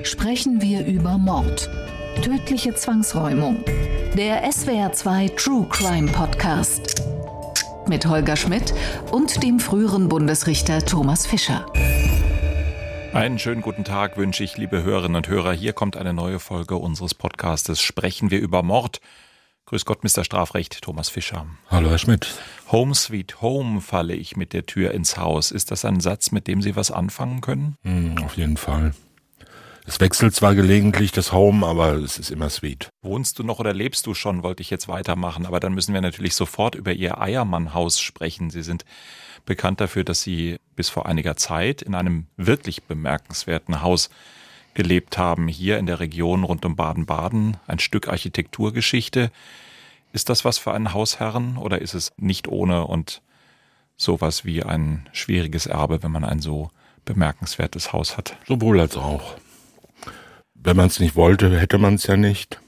sprechen wir über Mord. Tödliche Zwangsräumung. Der SWR2 True Crime Podcast. Mit Holger Schmidt und dem früheren Bundesrichter Thomas Fischer. Einen schönen guten Tag wünsche ich, liebe Hörerinnen und Hörer. Hier kommt eine neue Folge unseres Podcastes Sprechen wir über Mord. Grüß Gott, Mr. Strafrecht, Thomas Fischer. Hallo, Herr Schmidt. Home sweet home falle ich mit der Tür ins Haus. Ist das ein Satz, mit dem Sie was anfangen können? Auf jeden Fall. Es wechselt zwar gelegentlich das Home, aber es ist immer sweet. Wohnst du noch oder lebst du schon, wollte ich jetzt weitermachen. Aber dann müssen wir natürlich sofort über Ihr Eiermann-Haus sprechen. Sie sind bekannt dafür, dass Sie bis vor einiger Zeit in einem wirklich bemerkenswerten Haus gelebt haben, hier in der Region rund um Baden-Baden. Ein Stück Architekturgeschichte. Ist das was für einen Hausherren oder ist es nicht ohne und sowas wie ein schwieriges Erbe, wenn man ein so bemerkenswertes Haus hat? Sowohl als auch. Wenn man es nicht wollte, hätte man es ja nicht.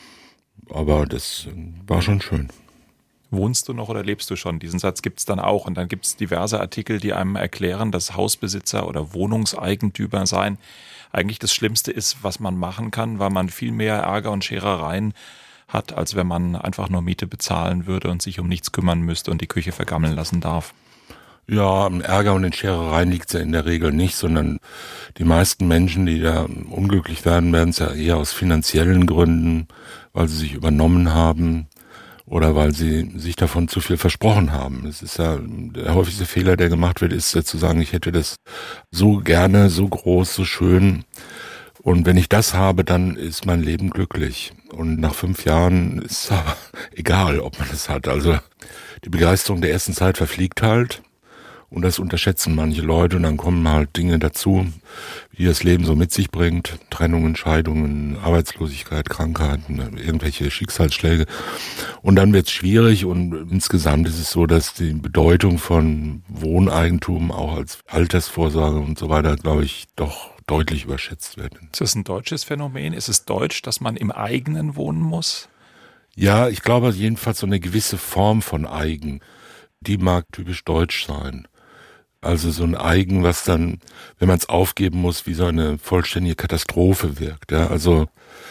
Aber das war schon schön. Wohnst du noch oder lebst du schon? Diesen Satz gibt es dann auch. Und dann gibt es diverse Artikel, die einem erklären, dass Hausbesitzer oder Wohnungseigentümer sein eigentlich das Schlimmste ist, was man machen kann, weil man viel mehr Ärger und Scherereien hat, als wenn man einfach nur Miete bezahlen würde und sich um nichts kümmern müsste und die Küche vergammeln lassen darf. Ja, am Ärger und den Scherereien liegt es ja in der Regel nicht, sondern die meisten Menschen, die da unglücklich werden, werden es ja eher aus finanziellen Gründen, weil sie sich übernommen haben oder weil sie sich davon zu viel versprochen haben. Es ist ja der häufigste Fehler, der gemacht wird, ist ja zu sagen, ich hätte das so gerne, so groß, so schön. Und wenn ich das habe, dann ist mein Leben glücklich. Und nach 5 Jahren ist es aber egal, ob man das hat. Also die Begeisterung der ersten Zeit verfliegt halt. Und das unterschätzen manche Leute und dann kommen halt Dinge dazu, die das Leben so mit sich bringt. Trennungen, Scheidungen, Arbeitslosigkeit, Krankheiten, irgendwelche Schicksalsschläge. Und dann wird's schwierig und insgesamt ist es so, dass die Bedeutung von Wohneigentum auch als Altersvorsorge und so weiter, glaube ich, doch deutlich überschätzt wird. Ist das ein deutsches Phänomen? Ist es deutsch, dass man im eigenen wohnen muss? Ja, ich glaube jedenfalls so eine gewisse Form von Eigen, die mag typisch deutsch sein. Also so ein Eigen, was dann, wenn man es aufgeben muss, wie so eine vollständige Katastrophe wirkt. Ja, also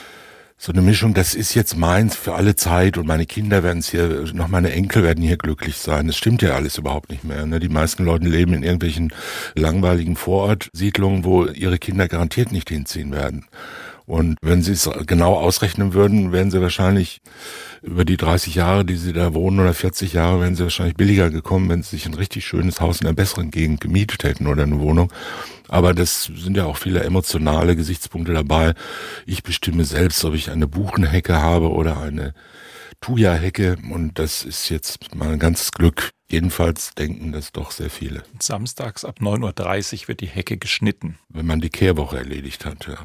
so eine Mischung, das ist jetzt meins für alle Zeit und meine Kinder werden es hier, noch meine Enkel werden hier glücklich sein. Das stimmt ja alles überhaupt nicht mehr. Ne? Die meisten Leute leben in irgendwelchen langweiligen Vorortsiedlungen, wo ihre Kinder garantiert nicht hinziehen werden. Und wenn sie es genau ausrechnen würden, wären sie wahrscheinlich über die 30 Jahre, die sie da wohnen, oder 40 Jahre, wären sie wahrscheinlich billiger gekommen, wenn sie sich ein richtig schönes Haus in einer besseren Gegend gemietet hätten oder eine Wohnung. Aber das sind ja auch viele emotionale Gesichtspunkte dabei. Ich bestimme selbst, ob ich eine Buchenhecke habe oder eine Thuja-Hecke. Und das ist jetzt mal ein ganzes Glück. Jedenfalls denken das doch sehr viele. Samstags ab 9.30 Uhr wird die Hecke geschnitten. Wenn man die Kehrwoche erledigt hat, ja.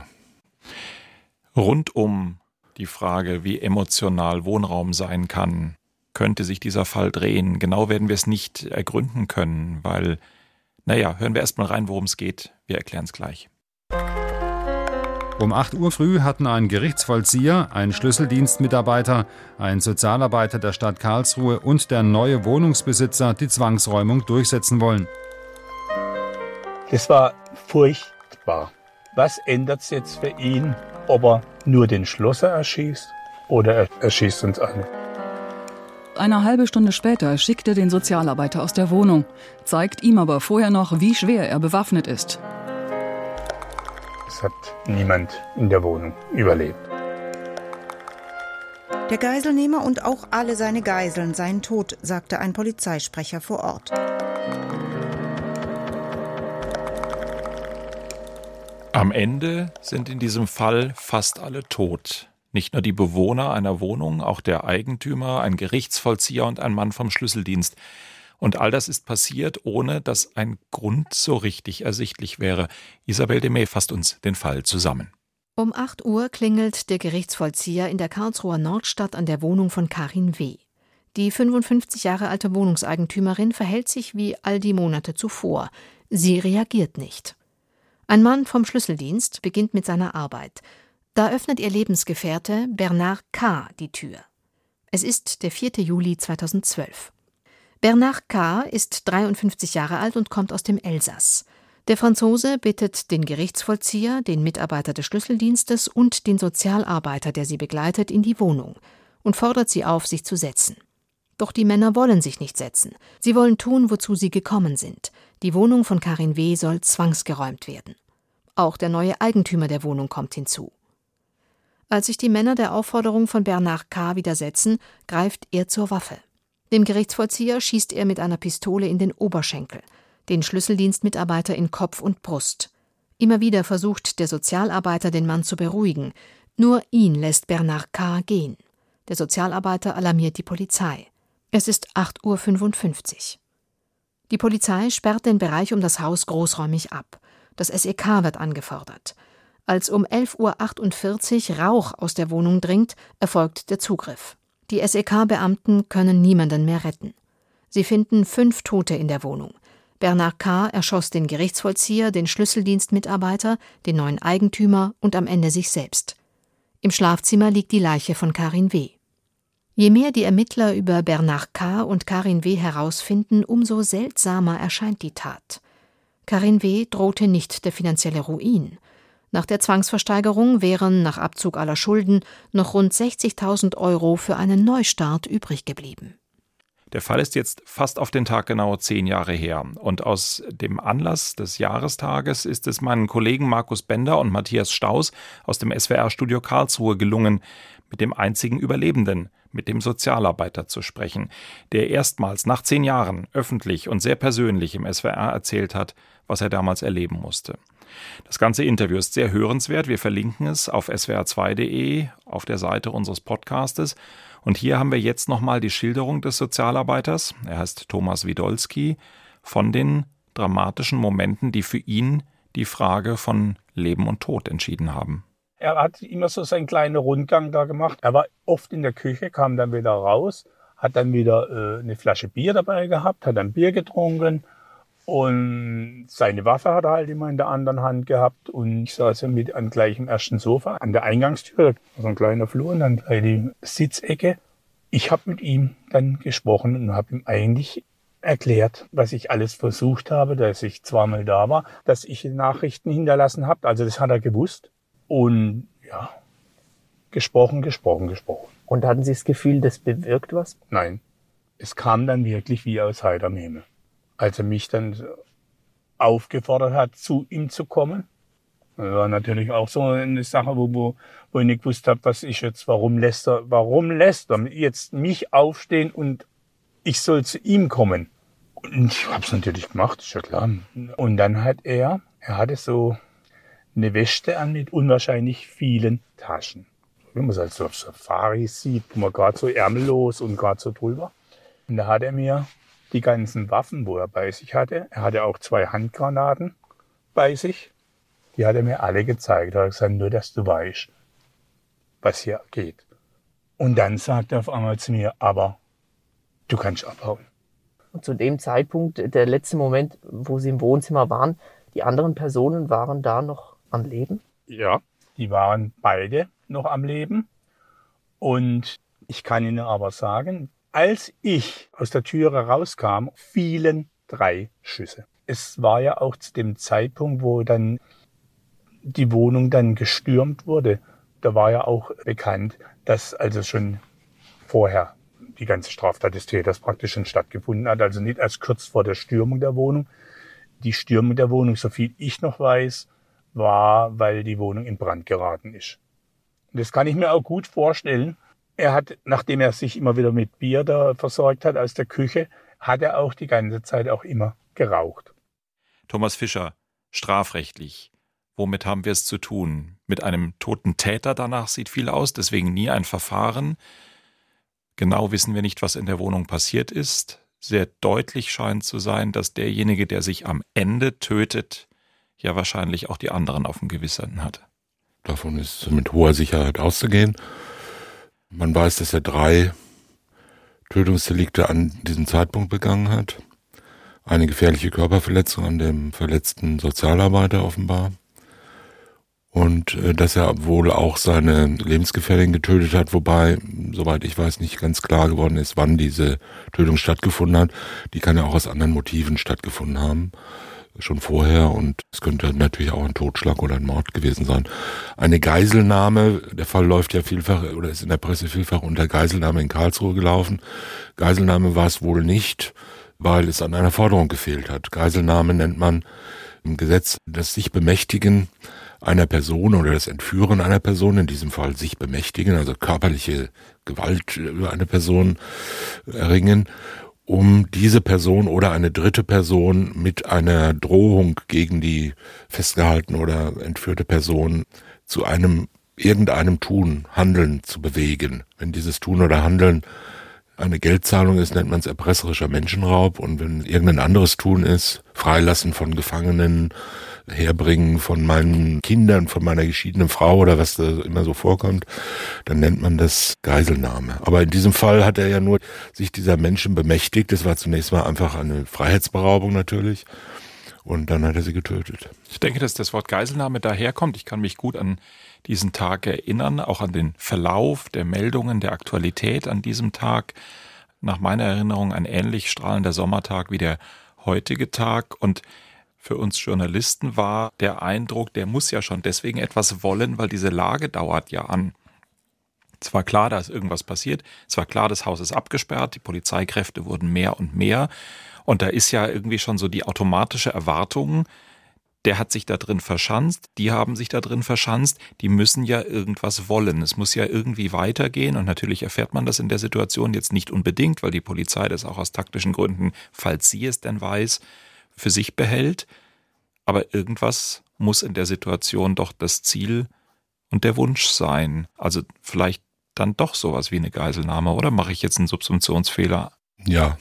Rund um die Frage, wie emotional Wohnraum sein kann, könnte sich dieser Fall drehen. Genau werden wir es nicht ergründen können, weil, hören wir erst mal rein, worum es geht. Wir erklären es gleich. Um 8 Uhr früh hatten ein Gerichtsvollzieher, ein Schlüsseldienstmitarbeiter, ein Sozialarbeiter der Stadt Karlsruhe und der neue Wohnungsbesitzer die Zwangsräumung durchsetzen wollen. Das war furchtbar. Was ändert es jetzt für ihn, ob er nur den Schlosser erschießt oder er erschießt uns alle? Eine halbe Stunde später schickt er den Sozialarbeiter aus der Wohnung, zeigt ihm aber vorher noch, wie schwer er bewaffnet ist. Es hat niemand in der Wohnung überlebt. Der Geiselnehmer und auch alle seine Geiseln seien tot, sagte ein Polizeisprecher vor Ort. Am Ende sind in diesem Fall fast alle tot. Nicht nur die Bewohner einer Wohnung, auch der Eigentümer, ein Gerichtsvollzieher und ein Mann vom Schlüsseldienst. Und all das ist passiert, ohne dass ein Grund so richtig ersichtlich wäre. Isabel Demey fasst uns den Fall zusammen. Um 8 Uhr klingelt der Gerichtsvollzieher in der Karlsruher Nordstadt an der Wohnung von Karin W. Die 55 Jahre alte Wohnungseigentümerin verhält sich wie all die Monate zuvor. Sie reagiert nicht. Ein Mann vom Schlüsseldienst beginnt mit seiner Arbeit. Da öffnet ihr Lebensgefährte Bernard K. die Tür. Es ist der 4. Juli 2012. Bernard K. ist 53 Jahre alt und kommt aus dem Elsass. Der Franzose bittet den Gerichtsvollzieher, den Mitarbeiter des Schlüsseldienstes und den Sozialarbeiter, der sie begleitet, in die Wohnung und fordert sie auf, sich zu setzen. Doch die Männer wollen sich nicht setzen. Sie wollen tun, wozu sie gekommen sind. Die Wohnung von Karin W. soll zwangsgeräumt werden. Auch der neue Eigentümer der Wohnung kommt hinzu. Als sich die Männer der Aufforderung von Bernard K. widersetzen, greift er zur Waffe. Dem Gerichtsvollzieher schießt er mit einer Pistole in den Oberschenkel, den Schlüsseldienstmitarbeiter in Kopf und Brust. Immer wieder versucht der Sozialarbeiter, den Mann zu beruhigen. Nur ihn lässt Bernard K. gehen. Der Sozialarbeiter alarmiert die Polizei. Es ist 8:55 Uhr. Die Polizei sperrt den Bereich um das Haus großräumig ab. Das SEK wird angefordert. Als um 11:48 Uhr Rauch aus der Wohnung dringt, erfolgt der Zugriff. Die SEK-Beamten können niemanden mehr retten. Sie finden 5 Tote in der Wohnung. Bernard K. erschoss den Gerichtsvollzieher, den Schlüsseldienstmitarbeiter, den neuen Eigentümer und am Ende sich selbst. Im Schlafzimmer liegt die Leiche von Karin W. Je mehr die Ermittler über Bernard K. und Karin W. herausfinden, umso seltsamer erscheint die Tat. Karin W. drohte nicht der finanzielle Ruin. Nach der Zwangsversteigerung wären nach Abzug aller Schulden noch rund 60.000 € für einen Neustart übrig geblieben. Der Fall ist jetzt fast auf den Tag genau 10 Jahre her. Und aus dem Anlass des Jahrestages ist es meinen Kollegen Markus Bender und Matthias Staus aus dem SWR-Studio Karlsruhe gelungen, mit dem einzigen Überlebenden, mit dem Sozialarbeiter zu sprechen, der erstmals nach 10 Jahren öffentlich und sehr persönlich im SWR erzählt hat, was er damals erleben musste. Das ganze Interview ist sehr hörenswert. Wir verlinken es auf swr2.de, auf der Seite unseres Podcastes. Und hier haben wir jetzt nochmal die Schilderung des Sozialarbeiters, er heißt Thomas Widolski, von den dramatischen Momenten, die für ihn die Frage von Leben und Tod entschieden haben. Er hat immer so seinen kleinen Rundgang da gemacht. Er war oft in der Küche, kam dann wieder raus, hat dann wieder eine Flasche Bier dabei gehabt, hat dann Bier getrunken und seine Waffe hat er halt immer in der anderen Hand gehabt. Und ich saß ja mit an gleichem ersten Sofa an der Eingangstür, so ein kleiner Flur und dann die Sitzecke. Ich habe mit ihm dann gesprochen und habe ihm eigentlich erklärt, was ich alles versucht habe, dass ich zweimal da war, dass ich Nachrichten hinterlassen habe. Also das hat er gewusst. Und ja, gesprochen. Und hatten Sie das Gefühl, das bewirkt was? Nein, es kam dann wirklich wie aus heiterem Himmel. Als er mich dann aufgefordert hat, zu ihm zu kommen. Das war natürlich auch so eine Sache, wo ich nicht gewusst habe, was ich jetzt, warum lässt er jetzt mich aufstehen und ich soll zu ihm kommen. Und ich habe es natürlich gemacht, ist ja klar. Und dann hat er hatte so eine Weste an mit unwahrscheinlich vielen Taschen. Wie man es halt so auf Safari sieht, wo man gerade so ärmellos und gerade so drüber. Und da hat er mir die ganzen Waffen, wo er bei sich hatte, er hatte auch 2 Handgranaten bei sich, die hat er mir alle gezeigt. Er hat gesagt, nur dass du weißt, was hier geht. Und dann sagt er auf einmal zu mir, aber du kannst abhauen. Und zu dem Zeitpunkt, der letzte Moment, wo Sie im Wohnzimmer waren, die anderen Personen waren da noch am Leben? Ja, die waren beide noch am Leben. Und ich kann Ihnen aber sagen, als ich aus der Türe rauskam, fielen 3 Schüsse. Es war ja auch zu dem Zeitpunkt, wo dann die Wohnung dann gestürmt wurde. Da war ja auch bekannt, dass also schon vorher die ganze Straftat des Täters praktisch schon stattgefunden hat. Also nicht erst kurz vor der Stürmung der Wohnung. Die Stürmung der Wohnung, soviel ich noch weiß, war, weil die Wohnung in Brand geraten ist. Und das kann ich mir auch gut vorstellen. Er hat, nachdem er sich immer wieder mit Bier da versorgt hat aus der Küche, hat er auch die ganze Zeit auch immer geraucht. Thomas Fischer, strafrechtlich, womit haben wir es zu tun? Mit einem toten Täter, danach sieht viel aus, deswegen nie ein Verfahren. Genau wissen wir nicht, was in der Wohnung passiert ist. Sehr deutlich scheint zu sein, dass derjenige, der sich am Ende tötet, ja wahrscheinlich auch die anderen auf dem Gewissen hat. Davon ist mit hoher Sicherheit auszugehen. Man weiß, dass er 3 Tötungsdelikte an diesem Zeitpunkt begangen hat. Eine gefährliche Körperverletzung an dem verletzten Sozialarbeiter offenbar. Und dass er wohl auch seine Lebensgefährtin getötet hat, wobei, soweit ich weiß, nicht ganz klar geworden ist, wann diese Tötung stattgefunden hat. Die kann ja auch aus anderen Motiven stattgefunden haben. schon vorher, und es könnte natürlich auch ein Totschlag oder ein Mord gewesen sein. Eine Geiselnahme, der Fall läuft ja vielfach oder ist in der Presse vielfach unter Geiselnahme in Karlsruhe gelaufen. Geiselnahme war es wohl nicht, weil es an einer Forderung gefehlt hat. Geiselnahme nennt man im Gesetz das sich bemächtigen einer Person oder das Entführen einer Person, in diesem Fall sich bemächtigen, also körperliche Gewalt über eine Person erringen, um diese Person oder eine dritte Person mit einer Drohung gegen die festgehaltene oder entführte Person zu irgendeinem Tun, Handeln zu bewegen. Wenn dieses Tun oder Handeln eine Geldzahlung ist, nennt man es erpresserischer Menschenraub, und wenn irgendein anderes Tun ist, Freilassen von Gefangenen, Herbringen von meinen Kindern, von meiner geschiedenen Frau oder was da immer so vorkommt, dann nennt man das Geiselnahme. Aber in diesem Fall hat er ja nur sich dieser Menschen bemächtigt. Das war zunächst mal einfach eine Freiheitsberaubung natürlich, und dann hat er sie getötet. Ich denke, dass das Wort Geiselnahme daherkommt. Ich kann mich gut an diesen Tag erinnern, auch an den Verlauf der Meldungen, der Aktualität an diesem Tag. Nach meiner Erinnerung ein ähnlich strahlender Sommertag wie der heutige Tag, und für uns Journalisten war der Eindruck, der muss ja schon deswegen etwas wollen, weil diese Lage dauert ja an. Es war klar, da ist irgendwas passiert. Es war klar, das Haus ist abgesperrt, die Polizeikräfte wurden mehr und mehr. Und da ist ja irgendwie schon so die automatische Erwartung, der hat sich da drin verschanzt, die haben sich da drin verschanzt, die müssen ja irgendwas wollen. Es muss ja irgendwie weitergehen, und natürlich erfährt man das in der Situation jetzt nicht unbedingt, weil die Polizei das auch aus taktischen Gründen, falls sie es denn weiß, für sich behält. Aber irgendwas muss in der Situation doch das Ziel und der Wunsch sein. Also vielleicht dann doch sowas wie eine Geiselnahme, oder mache ich jetzt einen Subsumptionsfehler? Ja.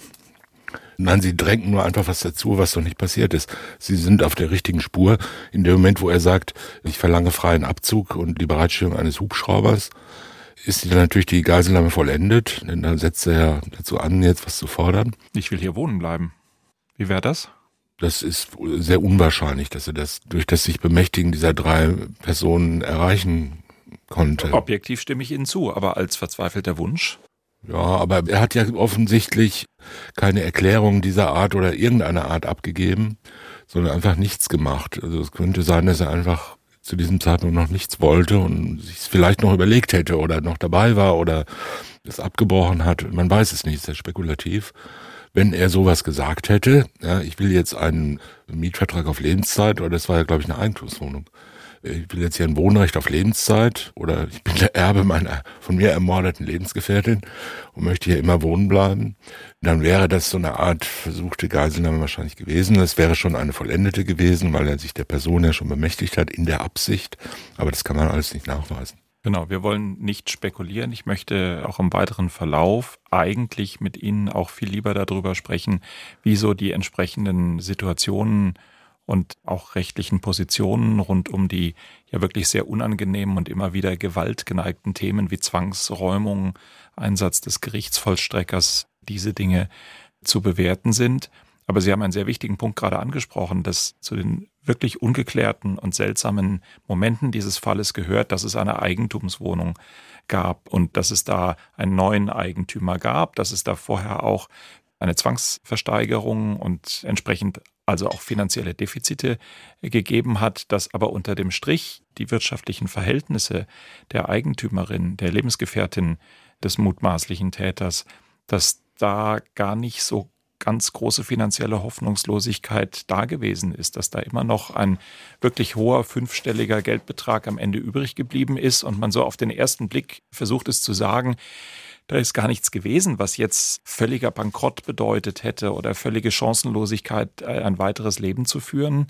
Nein, sie drängen nur einfach was dazu, was noch nicht passiert ist. Sie sind auf der richtigen Spur. In dem Moment, wo er sagt, ich verlange freien Abzug und die Bereitstellung eines Hubschraubers, ist dann natürlich die Geiselnahme vollendet, denn dann setzt er ja dazu an, jetzt was zu fordern. Ich will hier wohnen bleiben. Wie wäre das? Das ist sehr unwahrscheinlich, dass er das durch das sich Bemächtigen dieser 3 Personen erreichen konnte. Objektiv stimme ich Ihnen zu, aber als verzweifelter Wunsch? Ja, aber er hat ja offensichtlich keine Erklärung dieser Art oder irgendeiner Art abgegeben, sondern einfach nichts gemacht. Also es könnte sein, dass er einfach zu diesem Zeitpunkt noch nichts wollte und sich es vielleicht noch überlegt hätte oder noch dabei war oder es abgebrochen hat. Man weiß es nicht, sehr spekulativ. Wenn er sowas gesagt hätte, ja, ich will jetzt einen Mietvertrag auf Lebenszeit, oder das war ja, glaube ich, eine Eigentumswohnung. Ich will jetzt hier ein Wohnrecht auf Lebenszeit, oder ich bin der Erbe meiner von mir ermordeten Lebensgefährtin und möchte hier immer wohnen bleiben, dann wäre das so eine Art versuchte Geiselnahme wahrscheinlich gewesen. Das wäre schon eine vollendete gewesen, weil er sich der Person ja schon bemächtigt hat in der Absicht, aber das kann man alles nicht nachweisen. Genau, wir wollen nicht spekulieren. Ich möchte auch im weiteren Verlauf eigentlich mit Ihnen auch viel lieber darüber sprechen, wie so die entsprechenden Situationen und auch rechtlichen Positionen rund um die ja wirklich sehr unangenehmen und immer wieder gewaltgeneigten Themen wie Zwangsräumung, Einsatz des Gerichtsvollstreckers, diese Dinge zu bewerten sind. Aber Sie haben einen sehr wichtigen Punkt gerade angesprochen, dass zu den wirklich ungeklärten und seltsamen Momenten dieses Falles gehört, dass es eine Eigentumswohnung gab und dass es da einen neuen Eigentümer gab, dass es da vorher auch eine Zwangsversteigerung und entsprechend also auch finanzielle Defizite gegeben hat, dass aber unter dem Strich die wirtschaftlichen Verhältnisse der Eigentümerin, der Lebensgefährtin des mutmaßlichen Täters, dass da gar nicht so ganz große finanzielle Hoffnungslosigkeit da gewesen ist, dass da immer noch ein wirklich hoher 5-stelliger Geldbetrag am Ende übrig geblieben ist und man so auf den ersten Blick versucht es zu sagen, da ist gar nichts gewesen, was jetzt völliger Bankrott bedeutet hätte oder völlige Chancenlosigkeit, ein weiteres Leben zu führen.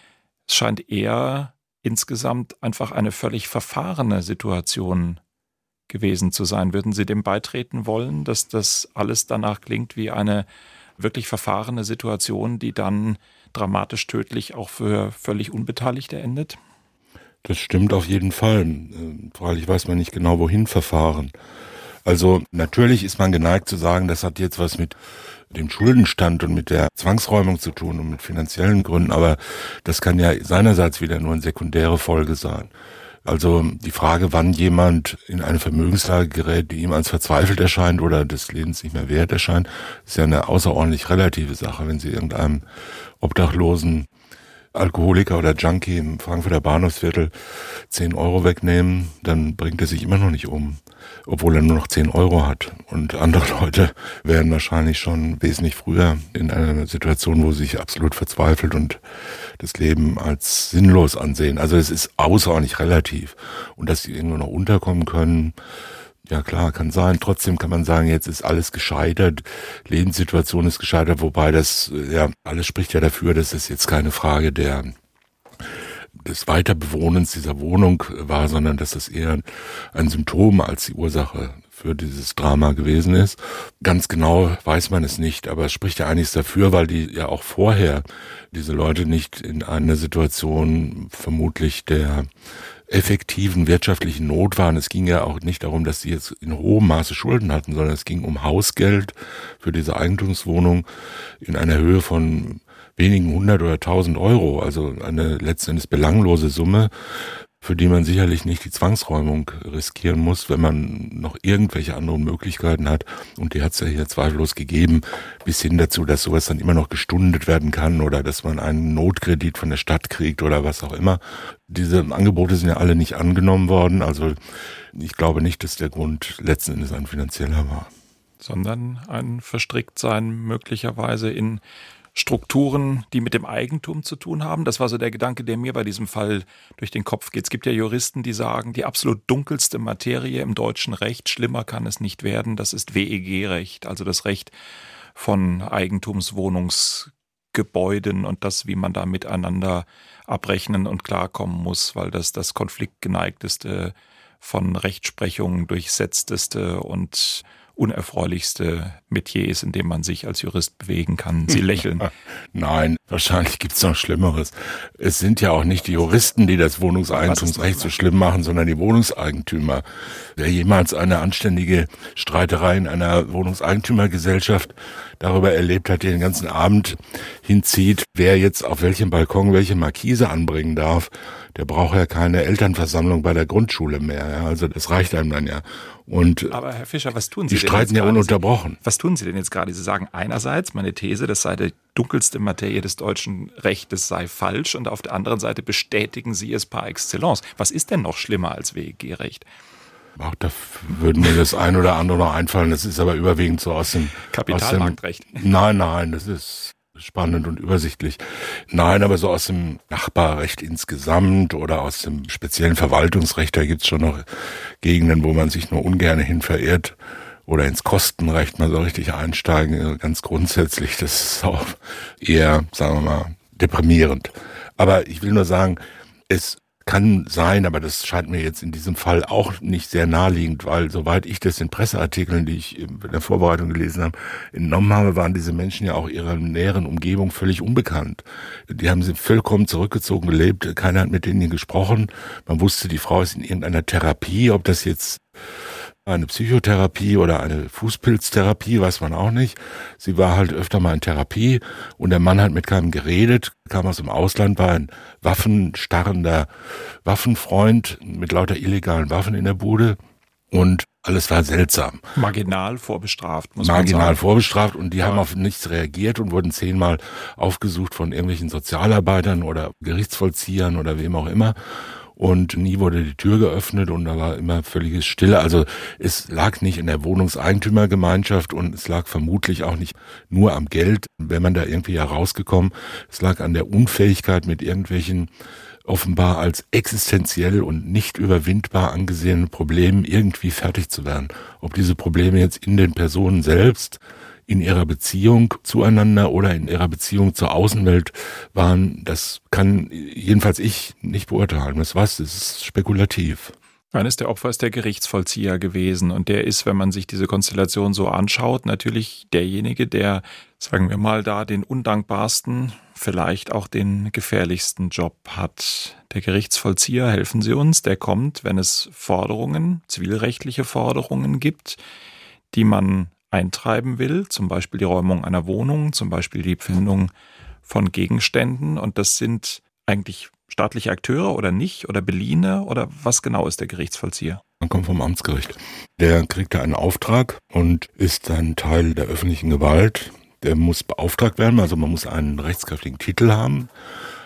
Es scheint eher insgesamt einfach eine völlig verfahrene Situation gewesen zu sein. Würden Sie dem beitreten wollen, dass das alles danach klingt wie eine wirklich verfahrene Situation, die dann dramatisch tödlich auch für völlig Unbeteiligte endet? Das stimmt auf jeden Fall. Freilich weiß man nicht genau, wohin verfahren. Also natürlich ist man geneigt zu sagen, das hat jetzt was mit dem Schuldenstand und mit der Zwangsräumung zu tun und mit finanziellen Gründen, aber das kann ja seinerseits wieder nur eine sekundäre Folge sein. Also die Frage, wann jemand in eine Vermögenslage gerät, die ihm als verzweifelt erscheint oder des Lebens nicht mehr wert erscheint, ist ja eine außerordentlich relative Sache. Wenn Sie irgendeinem Obdachlosen Alkoholiker oder Junkie im Frankfurter Bahnhofsviertel 10 Euro wegnehmen, dann bringt er sich immer noch nicht um, obwohl er nur noch 10 Euro hat. Und andere Leute wären wahrscheinlich schon wesentlich früher in einer Situation, wo sie sich absolut verzweifelt und das Leben als sinnlos ansehen. Also es ist außerordentlich relativ. Und dass sie irgendwo noch unterkommen können, ja klar, kann sein. Trotzdem kann man sagen, jetzt ist alles gescheitert, Lebenssituation ist gescheitert, wobei das, ja, alles spricht ja dafür, dass es jetzt keine Frage des Weiterbewohnens dieser Wohnung war, sondern dass es eher ein Symptom als die Ursache für dieses Drama gewesen ist. Ganz genau weiß man es nicht, aber es spricht ja einiges dafür, weil die ja auch vorher, diese Leute, nicht in einer Situation vermutlich der effektiven wirtschaftlichen Not waren. Es ging ja auch nicht darum, dass sie jetzt in hohem Maße Schulden hatten, sondern es ging um Hausgeld für diese Eigentumswohnung in einer Höhe von wenigen 100 oder 1000 Euro, also eine letztendlich belanglose Summe, für die man sicherlich nicht die Zwangsräumung riskieren muss, wenn man noch irgendwelche anderen Möglichkeiten hat. Und die hat es ja hier zweifellos gegeben, bis hin dazu, dass sowas dann immer noch gestundet werden kann oder dass man einen Notkredit von der Stadt kriegt oder was auch immer. Diese Angebote sind ja alle nicht angenommen worden. Also ich glaube nicht, dass der Grund letzten Endes ein finanzieller war. Sondern ein Verstricktsein möglicherweise in Strukturen, die mit dem Eigentum zu tun haben. Das war so der Gedanke, der mir bei diesem Fall durch den Kopf geht. Es gibt ja Juristen, die sagen, die absolut dunkelste Materie im deutschen Recht, schlimmer kann es nicht werden, das ist WEG-Recht, also das Recht von Eigentumswohnungsgebäuden und das, wie man da miteinander abrechnen und klarkommen muss, weil das konfliktgeneigteste, von Rechtsprechung durchsetzteste und unerfreulichste Metier ist, in dem man sich als Jurist bewegen kann. Sie lächeln. Nein, wahrscheinlich gibt's noch Schlimmeres. Es sind ja auch nicht die Juristen, die das Wohnungseigentumsrecht so schlimm machen, sondern die Wohnungseigentümer. Wer jemals eine anständige Streiterei in einer Wohnungseigentümergesellschaft darüber erlebt hat, der den ganzen Abend hinzieht, wer jetzt auf welchem Balkon welche Markise anbringen darf, der braucht ja keine Elternversammlung bei der Grundschule mehr. Ja? Also das reicht einem dann ja. Aber Herr Fischer, was tun Sie denn? Die streiten ja ununterbrochen. Was tun Sie denn jetzt gerade? Sie sagen einerseits, meine These, das sei die dunkelste Materie des deutschen Rechtes sei falsch und auf der anderen Seite bestätigen Sie es par excellence. Was ist denn noch schlimmer als WEG-Recht? Auch da würden mir das ein oder andere noch einfallen. Das ist aber überwiegend so aus dem Kapitalmarktrecht. Nein, das ist spannend und übersichtlich. Nein, aber so aus dem Nachbarrecht insgesamt oder aus dem speziellen Verwaltungsrecht, da gibt's schon noch Gegenden, wo man sich nur ungern hin verirrt. Oder ins Kostenrecht mal so richtig einsteigen, ganz grundsätzlich. Das ist auch eher, sagen wir mal, deprimierend. Aber ich will nur sagen, es kann sein, aber das scheint mir jetzt in diesem Fall auch nicht sehr naheliegend, weil soweit ich das in Presseartikeln, die ich in der Vorbereitung gelesen habe, entnommen habe, waren diese Menschen ja auch ihrer näheren Umgebung völlig unbekannt. Die haben sie vollkommen zurückgezogen gelebt, keiner hat mit denen gesprochen. Man wusste, die Frau ist in irgendeiner Therapie, ob das jetzt eine Psychotherapie oder eine Fußpilztherapie, weiß man auch nicht. Sie war halt öfter mal in Therapie und der Mann hat mit keinem geredet, kam aus dem Ausland, war ein waffenstarrender Waffenfreund mit lauter illegalen Waffen in der Bude und alles war seltsam. Marginal vorbestraft, muss man sagen. Marginal vorbestraft und die haben auf nichts reagiert und wurden 10-mal aufgesucht von irgendwelchen Sozialarbeitern oder Gerichtsvollziehern oder wem auch immer. Und nie wurde die Tür geöffnet und da war immer völliges Stille. Also es lag nicht in der Wohnungseigentümergemeinschaft und es lag vermutlich auch nicht nur am Geld, wenn man da irgendwie herausgekommen. Es lag an der Unfähigkeit, mit irgendwelchen offenbar als existenziell und nicht überwindbar angesehenen Problemen irgendwie fertig zu werden. Ob diese Probleme jetzt in den Personen selbst, in ihrer Beziehung zueinander oder in ihrer Beziehung zur Außenwelt waren, das kann jedenfalls ich nicht beurteilen. Das ist spekulativ. Eines der Opfer ist der Gerichtsvollzieher gewesen und der ist, wenn man sich diese Konstellation so anschaut, natürlich derjenige, der, sagen wir mal, da den undankbarsten, vielleicht auch den gefährlichsten Job hat. Der Gerichtsvollzieher, helfen Sie uns, der kommt, wenn es Forderungen, zivilrechtliche Forderungen gibt, die man eintreiben will, zum Beispiel die Räumung einer Wohnung, zum Beispiel die Pfändung von Gegenständen. Und das sind eigentlich staatliche Akteure oder nicht oder Beliehene oder was genau ist der Gerichtsvollzieher? Man kommt vom Amtsgericht. Der kriegt da einen Auftrag und ist dann Teil der öffentlichen Gewalt. Der muss beauftragt werden, also man muss einen rechtskräftigen Titel haben.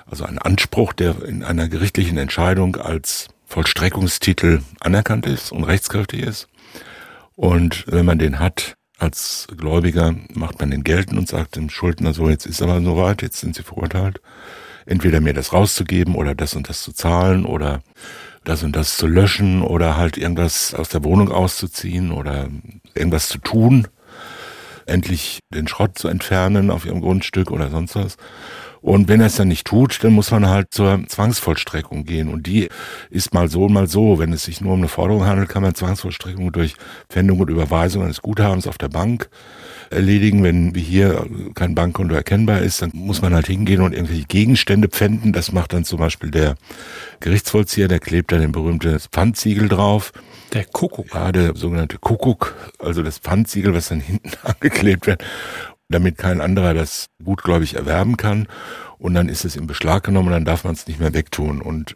also ein Anspruch, der in einer gerichtlichen Entscheidung als Vollstreckungstitel anerkannt ist und rechtskräftig ist. Und wenn man den hat als Gläubiger, macht man den geltend und sagt dem Schuldner so, jetzt ist aber soweit, jetzt sind Sie verurteilt, entweder mir das rauszugeben oder das und das zu zahlen oder das und das zu löschen oder halt irgendwas aus der Wohnung auszuziehen oder irgendwas zu tun, endlich den Schrott zu entfernen auf Ihrem Grundstück oder sonst was. Und wenn er es dann nicht tut, dann muss man halt zur Zwangsvollstreckung gehen. Und die ist mal so, mal so. Wenn es sich nur um eine Forderung handelt, kann man Zwangsvollstreckung durch Pfändung und Überweisung eines Guthabens auf der Bank erledigen. Wenn wie hier kein Bankkonto erkennbar ist, dann muss man halt hingehen und irgendwelche Gegenstände pfänden. Das macht dann zum Beispiel der Gerichtsvollzieher, der klebt dann den berühmten Pfandsiegel drauf. Der Kuckuck. Ja, der sogenannte Kuckuck, also das Pfandsiegel, was dann hinten angeklebt wird, damit kein anderer das gutgläubig erwerben kann. Und dann ist es in Beschlag genommen und dann darf man es nicht mehr wegtun. Und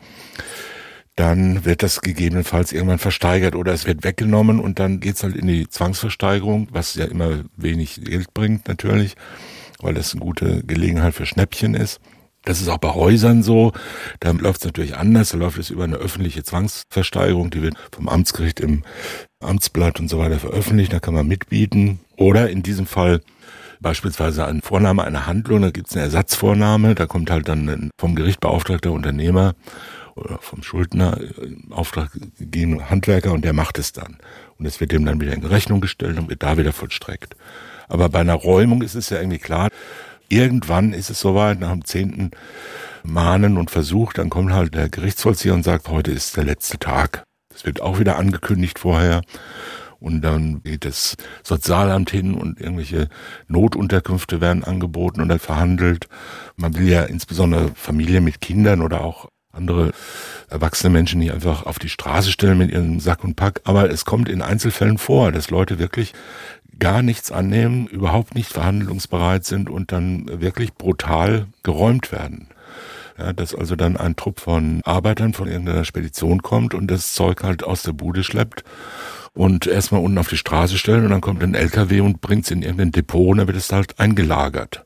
dann wird das gegebenenfalls irgendwann versteigert oder es wird weggenommen und dann geht's halt in die Zwangsversteigerung, was ja immer wenig Geld bringt natürlich, weil das eine gute Gelegenheit für Schnäppchen ist. Das ist auch bei Häusern so. Da läuft es natürlich anders. Da läuft es über eine öffentliche Zwangsversteigerung. Die wird vom Amtsgericht im Amtsblatt und so weiter veröffentlicht. Da kann man mitbieten. Oder in diesem Fall beispielsweise ein Vorname einer Handlung. Da gibt es eine Ersatzvornahme. Da kommt halt dann ein vom Gericht beauftragter Unternehmer oder vom Schuldner Auftrag gegebene Handwerker und der macht es dann. Und es wird dem dann wieder in Rechnung gestellt und wird da wieder vollstreckt. Aber bei einer Räumung ist es ja irgendwie klar, irgendwann ist es soweit, nach dem 10. Mahnen und Versuch, dann kommt halt der Gerichtsvollzieher und sagt, heute ist der letzte Tag. Das wird auch wieder angekündigt vorher. Und dann geht das Sozialamt hin und irgendwelche Notunterkünfte werden angeboten und dann verhandelt. Man will ja insbesondere Familien mit Kindern oder auch andere erwachsene Menschen nicht einfach auf die Straße stellen mit ihrem Sack und Pack. Aber es kommt in Einzelfällen vor, dass Leute wirklich gar nichts annehmen, überhaupt nicht verhandlungsbereit sind und dann wirklich brutal geräumt werden. Ja, dass also dann ein Trupp von Arbeitern von irgendeiner Spedition kommt und das Zeug halt aus der Bude schleppt und erstmal unten auf die Straße stellt und dann kommt ein LKW und bringt es in irgendein Depot und dann wird es halt eingelagert.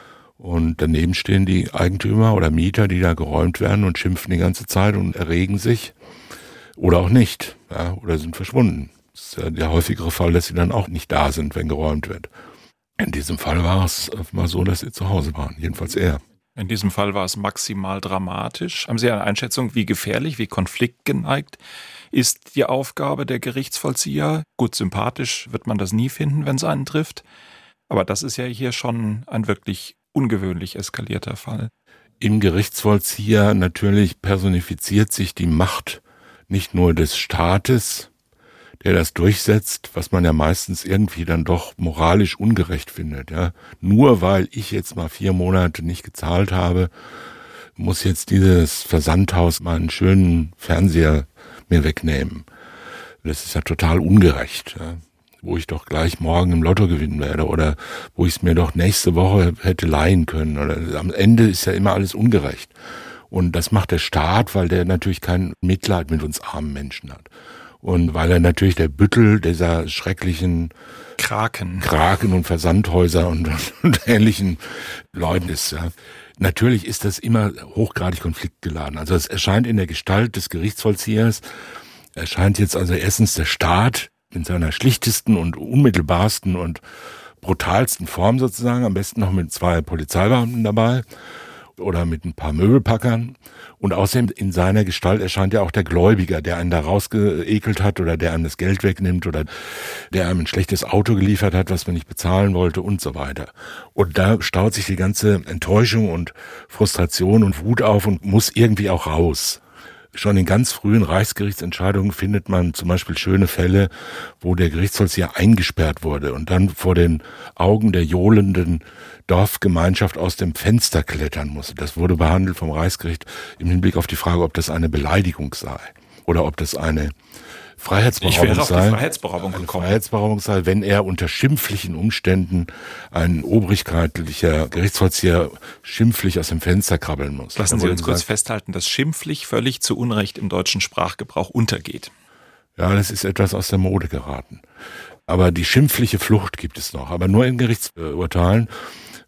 Und daneben stehen die Eigentümer oder Mieter, die da geräumt werden und schimpfen die ganze Zeit und erregen sich oder auch nicht, ja, oder sind verschwunden. Das ist ja der häufigere Fall, dass sie dann auch nicht da sind, wenn geräumt wird. In diesem Fall war es mal so, dass sie zu Hause waren, jedenfalls er. In diesem Fall war es maximal dramatisch. Haben Sie eine Einschätzung, wie gefährlich, wie konfliktgeneigt ist die Aufgabe der Gerichtsvollzieher? Gut, sympathisch wird man das nie finden, wenn es einen trifft. Aber das ist ja hier schon ein wirklich ungewöhnlich eskalierter Fall. Im Gerichtsvollzieher natürlich personifiziert sich die Macht nicht nur des Staates, der das durchsetzt, was man ja meistens irgendwie dann doch moralisch ungerecht findet. Ja. Nur weil ich jetzt mal 4 Monate nicht gezahlt habe, muss jetzt dieses Versandhaus meinen schönen Fernseher mir wegnehmen. Das ist ja total ungerecht. Ja. Wo ich doch gleich morgen im Lotto gewinnen werde oder wo ich es mir doch nächste Woche hätte leihen können. Oder am Ende ist ja immer alles ungerecht. Und das macht der Staat, weil der natürlich kein Mitleid mit uns armen Menschen hat. Und weil er natürlich der Büttel dieser schrecklichen Kraken und Versandhäuser und ähnlichen Leuten ist. Ja. Natürlich ist das immer hochgradig konfliktgeladen. Also es erscheint in der Gestalt des Gerichtsvollziehers, erscheint jetzt also erstens der Staat in seiner schlichtesten und unmittelbarsten und brutalsten Form sozusagen, am besten noch mit 2 Polizeibeamten dabei oder mit ein paar Möbelpackern. Und außerdem in seiner Gestalt erscheint ja auch der Gläubiger, der einen da rausgeekelt hat oder der einem das Geld wegnimmt oder der einem ein schlechtes Auto geliefert hat, was man nicht bezahlen wollte und so weiter. Und da staut sich die ganze Enttäuschung und Frustration und Wut auf und muss irgendwie auch raus. Schon in ganz frühen Reichsgerichtsentscheidungen findet man zum Beispiel schöne Fälle, wo der Gerichtsvollzieher eingesperrt wurde und dann vor den Augen der johlenden Dorfgemeinschaft aus dem Fenster klettern musste. Das wurde behandelt vom Reichsgericht im Hinblick auf die Frage, ob das eine Beleidigung sei oder ob das eine Freiheitsberaubung sei. Freiheitsberaubung sei, wenn er unter schimpflichen Umständen ein obrigkeitlicher Gerichtsvollzieher schimpflich aus dem Fenster krabbeln muss. Lassen Sie uns kurz festhalten, dass schimpflich völlig zu Unrecht im deutschen Sprachgebrauch untergeht. Ja, das ist etwas aus der Mode geraten. Aber die schimpfliche Flucht gibt es noch, aber nur in Gerichtsurteilen.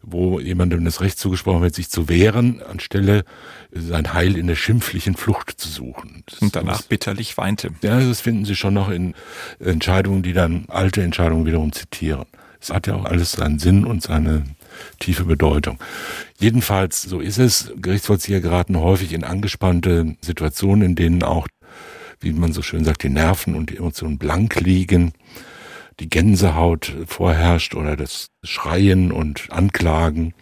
wo jemandem das Recht zugesprochen wird, sich zu wehren, anstelle sein Heil in der schimpflichen Flucht zu suchen. Und danach bitterlich weinte. Ja, das finden Sie schon noch in Entscheidungen, die dann alte Entscheidungen wiederum zitieren. Es hat ja auch alles seinen Sinn und seine tiefe Bedeutung. Jedenfalls, so ist es. Gerichtsvollzieher geraten häufig in angespannte Situationen, in denen auch, wie man so schön sagt, die Nerven und die Emotionen blank liegen, die Gänsehaut vorherrscht oder das Schreien und Anklagen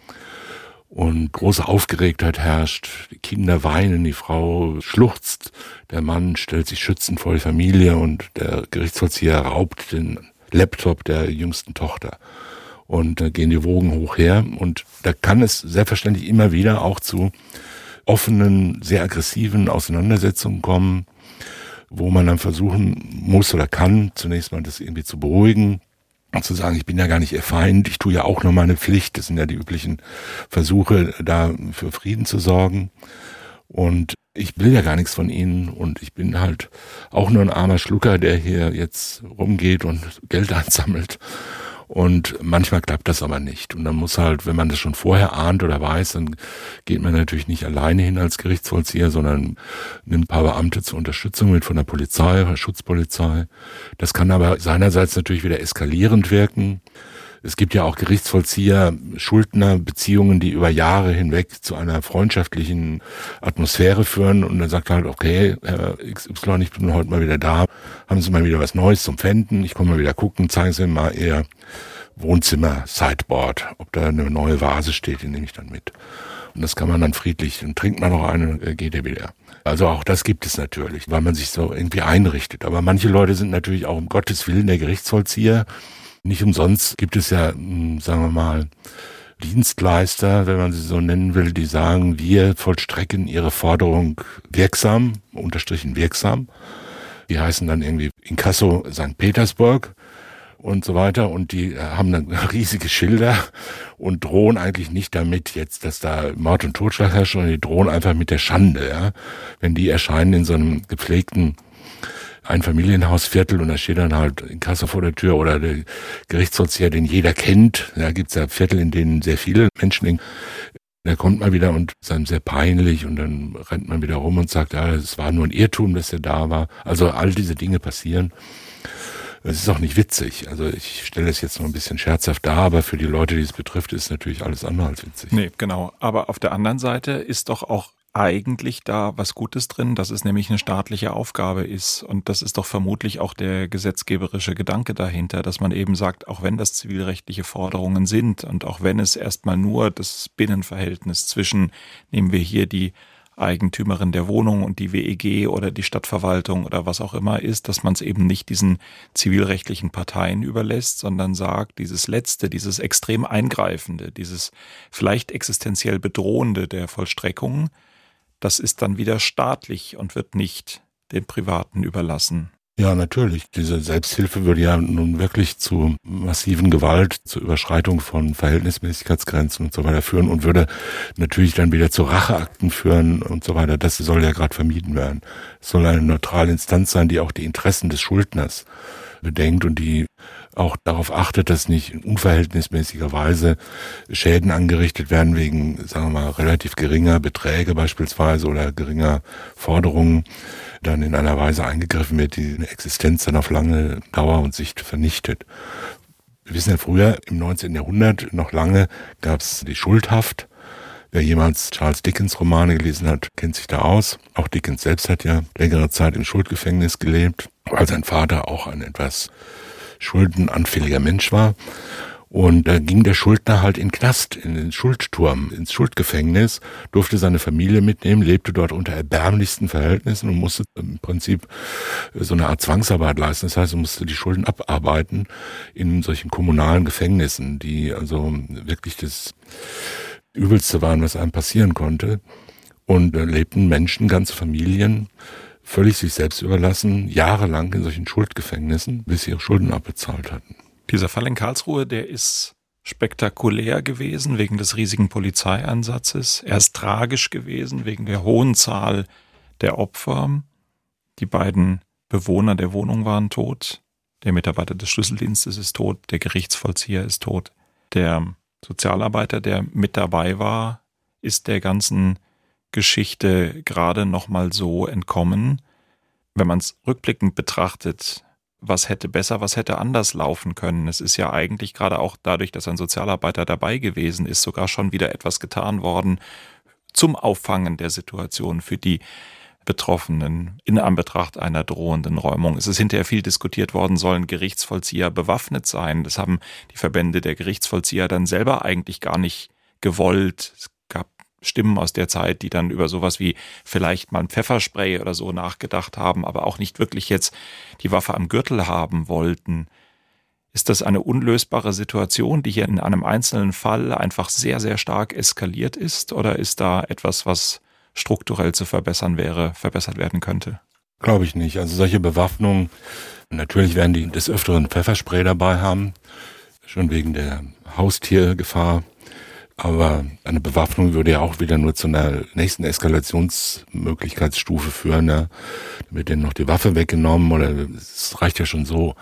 und große Aufgeregtheit herrscht. Die Kinder weinen, die Frau schluchzt, der Mann stellt sich schützend vor die Familie und der Gerichtsvollzieher raubt den Laptop der jüngsten Tochter. Und da gehen die Wogen hoch her und da kann es selbstverständlich immer wieder auch zu offenen, sehr aggressiven Auseinandersetzungen kommen, wo man dann versuchen muss oder kann, zunächst mal das irgendwie zu beruhigen und zu sagen, ich bin ja gar nicht Ihr Feind, ich tue ja auch nur meine Pflicht. Das sind ja die üblichen Versuche, da für Frieden zu sorgen. Und ich will ja gar nichts von Ihnen und ich bin halt auch nur ein armer Schlucker, der hier jetzt rumgeht und Geld einsammelt. Und manchmal klappt das aber nicht. Und dann muss halt, wenn man das schon vorher ahnt oder weiß, dann geht man natürlich nicht alleine hin als Gerichtsvollzieher, sondern nimmt ein paar Beamte zur Unterstützung mit von der Polizei, der Schutzpolizei. Das kann aber seinerseits natürlich wieder eskalierend wirken. Es gibt ja auch Gerichtsvollzieher, Schuldnerbeziehungen, die über Jahre hinweg zu einer freundschaftlichen Atmosphäre führen. Und dann sagt er halt, okay, Herr XY, ich bin heute mal wieder da. Haben Sie mal wieder was Neues zum Pfänden? Ich komme mal wieder gucken. Zeigen Sie mir mal Ihr Wohnzimmer-Sideboard. Ob da eine neue Vase steht, die nehme ich dann mit. Und das kann man dann friedlich, dann trinkt man noch eine und geht er wieder. Also auch das gibt es natürlich, weil man sich so irgendwie einrichtet. Aber manche Leute sind natürlich auch um Gottes Willen der Gerichtsvollzieher. Nicht umsonst gibt es ja, sagen wir mal, Dienstleister, wenn man sie so nennen will, die sagen, wir vollstrecken ihre Forderung wirksam, unterstrichen wirksam. Die heißen dann irgendwie Inkasso St. Petersburg und so weiter und die haben dann riesige Schilder und drohen eigentlich nicht damit jetzt, dass da Mord und Totschlag herrscht, sondern die drohen einfach mit der Schande, ja. Wenn die erscheinen in so einem gepflegten Einfamilienhausviertel und da steht dann halt Inkasso vor der Tür oder der Gerichtsvollzieher, den jeder kennt. Da gibt's ja Viertel, in denen sehr viele Menschen liegen. Da kommt man wieder und ist einem sehr peinlich und dann rennt man wieder rum und sagt, ja, es war nur ein Irrtum, dass er da war. Also all diese Dinge passieren. Es ist auch nicht witzig. Also ich stelle es jetzt noch ein bisschen scherzhaft dar, aber für die Leute, die es betrifft, ist natürlich alles andere als witzig. Nee, genau. Aber auf der anderen Seite ist doch auch eigentlich da was Gutes drin, dass es nämlich eine staatliche Aufgabe ist. Und das ist doch vermutlich auch der gesetzgeberische Gedanke dahinter, dass man eben sagt, auch wenn das zivilrechtliche Forderungen sind und auch wenn es erstmal nur das Binnenverhältnis zwischen, nehmen wir hier die Eigentümerin der Wohnung und die WEG oder die Stadtverwaltung oder was auch immer ist, dass man es eben nicht diesen zivilrechtlichen Parteien überlässt, sondern sagt, dieses Letzte, dieses extrem Eingreifende, dieses vielleicht existenziell Bedrohende der Vollstreckung, das ist dann wieder staatlich und wird nicht den Privaten überlassen. Ja, natürlich. Diese Selbsthilfe würde ja nun wirklich zu massiven Gewalt, zur Überschreitung von Verhältnismäßigkeitsgrenzen und so weiter führen und würde natürlich dann wieder zu Racheakten führen und so weiter. Das soll ja gerade vermieden werden. Es soll eine neutrale Instanz sein, die auch die Interessen des Schuldners bedenkt und die auch darauf achtet, dass nicht in unverhältnismäßiger Weise Schäden angerichtet werden wegen, sagen wir mal, relativ geringer Beträge beispielsweise oder geringer Forderungen, dann in einer Weise eingegriffen wird, die eine Existenz dann auf lange Dauer und Sicht vernichtet. Wir wissen ja, früher im 19. Jahrhundert noch lange gab es die Schuldhaft. Wer jemals Charles Dickens Romane gelesen hat, kennt sich da aus. Auch Dickens selbst hat ja längere Zeit im Schuldgefängnis gelebt, weil sein Vater auch ein etwas schuldenanfälliger Mensch war. Und da ging der Schuldner halt in den Knast, in den Schuldturm, ins Schuldgefängnis, durfte seine Familie mitnehmen, lebte dort unter erbärmlichsten Verhältnissen und musste im Prinzip so eine Art Zwangsarbeit leisten. Das heißt, er musste die Schulden abarbeiten in solchen kommunalen Gefängnissen, die also wirklich das Übelste waren, was einem passieren konnte. Und da lebten Menschen, ganze Familien, völlig sich selbst überlassen, jahrelang in solchen Schuldgefängnissen, bis sie ihre Schulden abbezahlt hatten. Dieser Fall in Karlsruhe, der ist spektakulär gewesen wegen des riesigen Polizeieinsatzes. Er ist tragisch gewesen wegen der hohen Zahl der Opfer. Die beiden Bewohner der Wohnung waren tot. Der Mitarbeiter des Schlüsseldienstes ist tot. Der Gerichtsvollzieher ist tot. Der Sozialarbeiter, der mit dabei war, ist der ganzen Geschichte gerade noch mal so entkommen. Wenn man es rückblickend betrachtet, was hätte besser, was hätte anders laufen können? Es ist ja eigentlich gerade auch dadurch, dass ein Sozialarbeiter dabei gewesen ist, sogar schon wieder etwas getan worden zum Auffangen der Situation für die Betroffenen in Anbetracht einer drohenden Räumung. Es ist hinterher viel diskutiert worden, sollen Gerichtsvollzieher bewaffnet sein? Das haben die Verbände der Gerichtsvollzieher dann selber eigentlich gar nicht gewollt. Es gab Stimmen aus der Zeit, die dann über sowas wie vielleicht mal ein Pfefferspray oder so nachgedacht haben, aber auch nicht wirklich jetzt die Waffe am Gürtel haben wollten. Ist das eine unlösbare Situation, die hier in einem einzelnen Fall einfach sehr, sehr stark eskaliert ist? Oder ist da etwas, was strukturell zu verbessert werden könnte? Glaube ich nicht. Also solche Bewaffnungen, natürlich werden die des Öfteren Pfefferspray dabei haben, schon wegen der Haustiergefahr. Aber eine Bewaffnung würde ja auch wieder nur zu einer nächsten Eskalationsmöglichkeitsstufe führen. Ja. Da wird denen noch die Waffe weggenommen oder es reicht ja schon so.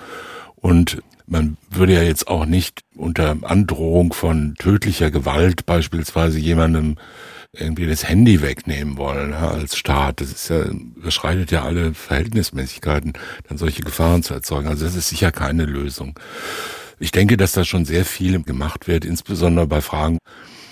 Und man würde ja jetzt auch nicht unter Androhung von tödlicher Gewalt beispielsweise jemandem irgendwie das Handy wegnehmen wollen, ja, als Staat. Das ist ja, überschreitet ja alle Verhältnismäßigkeiten, dann solche Gefahren zu erzeugen. Also das ist sicher keine Lösung. Ich denke, dass da schon sehr viel gemacht wird, insbesondere bei Fragen,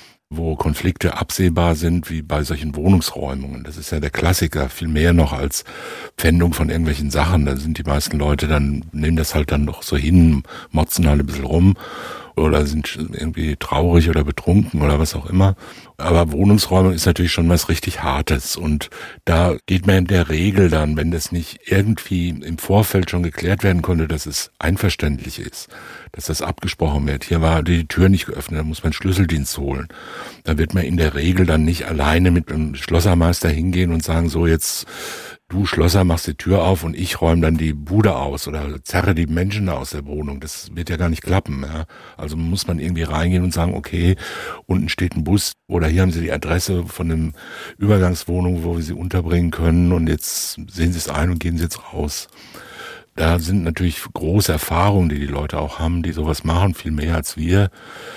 wo Konflikte absehbar sind, wie bei solchen Wohnungsräumungen. Das ist ja der Klassiker, viel mehr noch als Pfändung von irgendwelchen Sachen. Da sind die meisten Leute dann, nehmen das halt dann noch so hin, motzen halt ein bisschen rum oder sind irgendwie traurig oder betrunken oder was auch immer. Aber Wohnungsräumung ist natürlich schon was richtig Hartes und da geht man in der Regel dann, wenn das nicht irgendwie im Vorfeld schon geklärt werden konnte, dass es einverständlich ist, dass das abgesprochen wird. Hier war die Tür nicht geöffnet, da muss man Schlüsseldienst holen. Da wird man in der Regel dann nicht alleine mit einem Schlossermeister hingehen und sagen, so jetzt du Schlosser machst die Tür auf und ich räume dann die Bude aus oder zerre die Menschen aus der Wohnung. Das wird ja gar nicht klappen. Ja. Also muss man irgendwie reingehen und sagen, okay, unten steht ein Bus oder hier haben Sie die Adresse von einem Übergangswohnung, wo wir Sie unterbringen können und jetzt sehen Sie es ein und gehen Sie jetzt raus. Da sind natürlich große Erfahrungen, die Leute auch haben, die sowas machen, viel mehr als wir.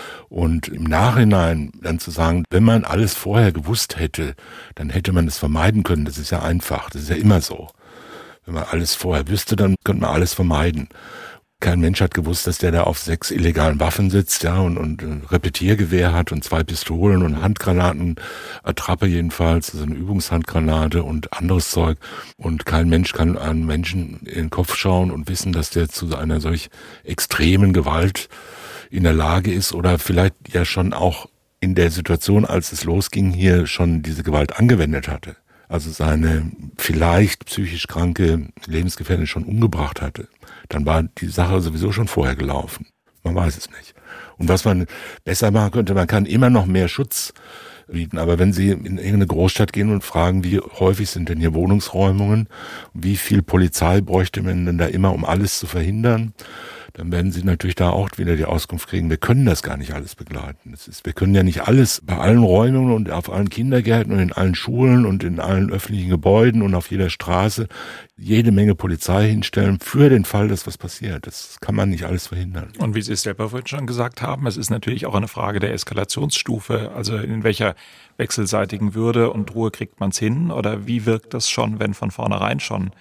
Und im Nachhinein dann zu sagen, wenn man alles vorher gewusst hätte, dann hätte man es vermeiden können. Das ist ja einfach, das ist ja immer so. Wenn man alles vorher wüsste, dann könnte man alles vermeiden. Kein Mensch hat gewusst, dass der da auf 6 illegalen Waffen sitzt, ja, und ein Repetiergewehr hat und 2 Pistolen und Handgranaten, Attrappe jedenfalls, so eine Übungshandgranate und anderes Zeug. Und kein Mensch kann einem Menschen in den Kopf schauen und wissen, dass der zu einer solch extremen Gewalt in der Lage ist oder vielleicht ja schon auch in der Situation, als es losging, hier schon diese Gewalt angewendet hatte. Also seine vielleicht psychisch kranke Lebensgefährtin schon umgebracht hatte. Dann war die Sache sowieso schon vorher gelaufen. Man weiß es nicht. Und was man besser machen könnte, man kann immer noch mehr Schutz bieten. Aber wenn Sie in irgendeine Großstadt gehen und fragen, wie häufig sind denn hier Wohnungsräumungen, wie viel Polizei bräuchte man denn da immer, um alles zu verhindern, dann werden Sie natürlich da auch wieder die Auskunft kriegen, wir können das gar nicht alles begleiten. Wir können ja nicht alles bei allen Räumungen und auf allen Kindergärten und in allen Schulen und in allen öffentlichen Gebäuden und auf jeder Straße jede Menge Polizei hinstellen für den Fall, dass was passiert. Das kann man nicht alles verhindern. Und wie Sie es selber vorhin schon gesagt haben, es ist natürlich auch eine Frage der Eskalationsstufe, also in welcher wechselseitigen Würde und Ruhe kriegt man es hin oder wie wirkt das schon, wenn von vornherein schon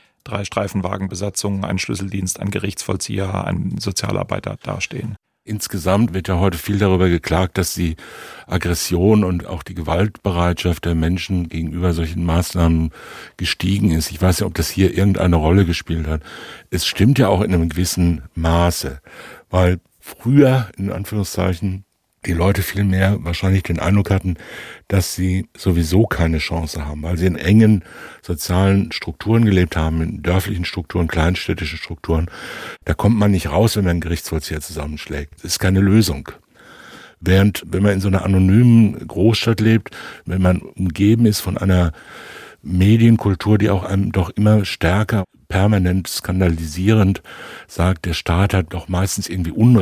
3 Streifenwagenbesatzungen, ein Schlüsseldienst, ein Gerichtsvollzieher, ein Sozialarbeiter dastehen? Insgesamt wird ja heute viel darüber geklagt, dass die Aggression und auch die Gewaltbereitschaft der Menschen gegenüber solchen Maßnahmen gestiegen ist. Ich weiß nicht, ob das hier irgendeine Rolle gespielt hat. Es stimmt ja auch in einem gewissen Maße, weil früher, in Anführungszeichen, die Leute viel mehr wahrscheinlich den Eindruck hatten, dass sie sowieso keine Chance haben, weil sie in engen sozialen Strukturen gelebt haben, in dörflichen Strukturen, kleinstädtischen Strukturen. Da kommt man nicht raus, wenn man einen Gerichtsvollzieher zusammenschlägt. Das ist keine Lösung. Während, wenn man in so einer anonymen Großstadt lebt, wenn man umgeben ist von einer Medienkultur, die auch einem doch immer stärker permanent skandalisierend sagt, der Staat hat doch meistens irgendwie Unrecht,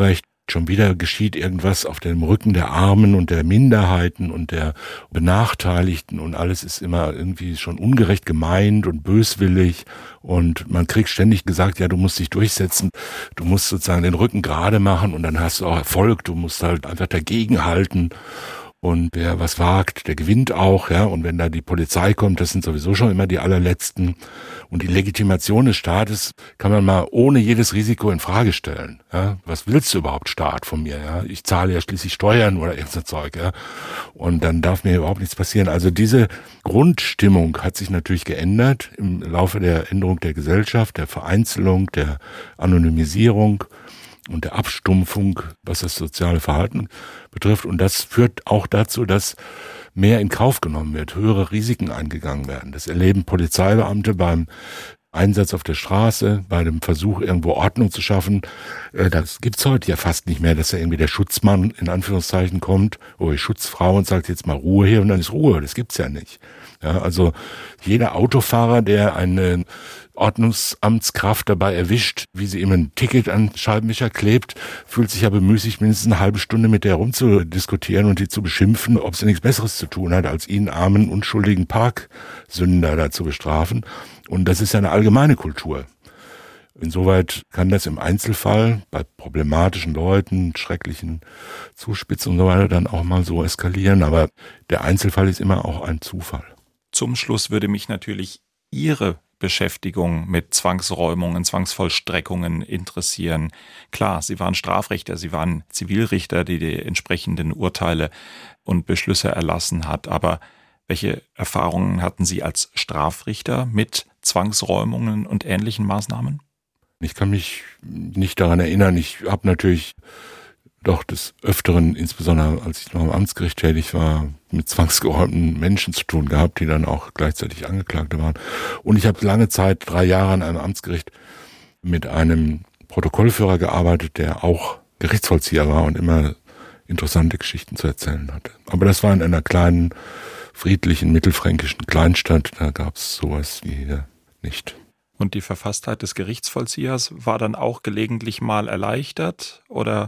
Schon wieder geschieht irgendwas auf dem Rücken der Armen und der Minderheiten und der Benachteiligten und alles ist immer irgendwie schon ungerecht gemeint und böswillig und man kriegt ständig gesagt, ja, du musst dich durchsetzen, du musst sozusagen den Rücken gerade machen und dann hast du auch Erfolg, du musst halt einfach dagegenhalten. Und wer was wagt, der gewinnt auch, ja. Und wenn da die Polizei kommt, das sind sowieso schon immer die allerletzten. Und die Legitimation des Staates kann man mal ohne jedes Risiko in Frage stellen, ja. Was willst du überhaupt, Staat, von mir, ja? Ich zahle ja schließlich Steuern oder irgendein Zeug, ja. Und dann darf mir überhaupt nichts passieren. Also diese Grundstimmung hat sich natürlich geändert im Laufe der Änderung der Gesellschaft, der Vereinzelung, der Anonymisierung und der Abstumpfung, was das soziale Verhalten betrifft. Und das führt auch dazu, dass mehr in Kauf genommen wird, höhere Risiken eingegangen werden. Das erleben Polizeibeamte beim Einsatz auf der Straße, bei dem Versuch, irgendwo Ordnung zu schaffen. Das gibt's heute ja fast nicht mehr, dass da irgendwie der Schutzmann in Anführungszeichen kommt oder die Schutzfrau und sagt jetzt mal Ruhe hier und dann ist Ruhe. Das gibt's ja nicht. Ja, also jeder Autofahrer, der eine Ordnungsamtskraft dabei erwischt, wie sie ihm ein Ticket an den Scheibenwischer klebt, fühlt sich ja bemüßigt, mindestens eine halbe Stunde mit der rumzudiskutieren und die zu beschimpfen, ob sie nichts Besseres zu tun hat, als ihn armen, unschuldigen Parksünder da zu bestrafen. Und das ist ja eine allgemeine Kultur. Insoweit kann das im Einzelfall bei problematischen Leuten, schrecklichen Zuspitzungen und so weiter dann auch mal so eskalieren. Aber der Einzelfall ist immer auch ein Zufall. Zum Schluss würde mich natürlich Ihre Beschäftigung mit Zwangsräumungen, Zwangsvollstreckungen interessieren. Klar, Sie waren Strafrichter, Sie waren Zivilrichter, die entsprechenden Urteile und Beschlüsse erlassen hat. Aber welche Erfahrungen hatten Sie als Strafrichter mit Zwangsräumungen und ähnlichen Maßnahmen? Ich kann mich nicht daran erinnern. Ich habe natürlich doch des Öfteren, insbesondere als ich noch am Amtsgericht tätig war, mit zwangsgeräumten Menschen zu tun gehabt, die dann auch gleichzeitig Angeklagte waren. Und ich habe lange Zeit, 3 Jahre an einem Amtsgericht, mit einem Protokollführer gearbeitet, der auch Gerichtsvollzieher war und immer interessante Geschichten zu erzählen hatte. Aber das war in einer kleinen, friedlichen, mittelfränkischen Kleinstadt. Da gab es sowas wie hier nicht. Und die Verfasstheit des Gerichtsvollziehers war dann auch gelegentlich mal erleichtert oder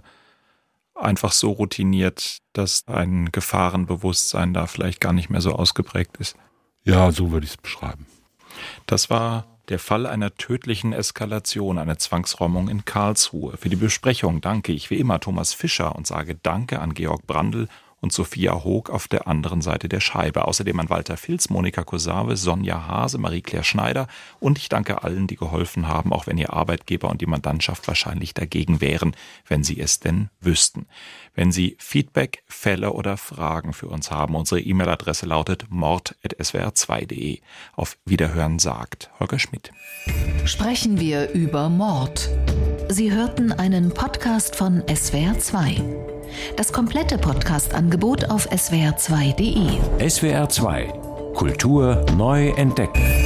einfach so routiniert, dass ein Gefahrenbewusstsein da vielleicht gar nicht mehr so ausgeprägt ist? Ja, so würde ich es beschreiben. Das war der Fall einer tödlichen Eskalation, eine Zwangsräumung in Karlsruhe. Für die Besprechung danke ich wie immer Thomas Fischer und sage Danke an Georg Brandl und Sophia Hoog auf der anderen Seite der Scheibe. Außerdem an Walter Filz, Monika Kosawe, Sonja Hase, Marie-Claire Schneider und ich danke allen, die geholfen haben, auch wenn ihr Arbeitgeber und die Mandantschaft wahrscheinlich dagegen wären, wenn sie es denn wüssten. Wenn Sie Feedback, Fälle oder Fragen für uns haben, unsere E-Mail-Adresse lautet mord@swr2.de. Auf Wiederhören sagt Holger Schmidt. Sprechen wir über Mord. Sie hörten einen Podcast von SWR2. Das komplette Podcast-Angebot auf swr2.de. SWR2 Kultur neu entdecken.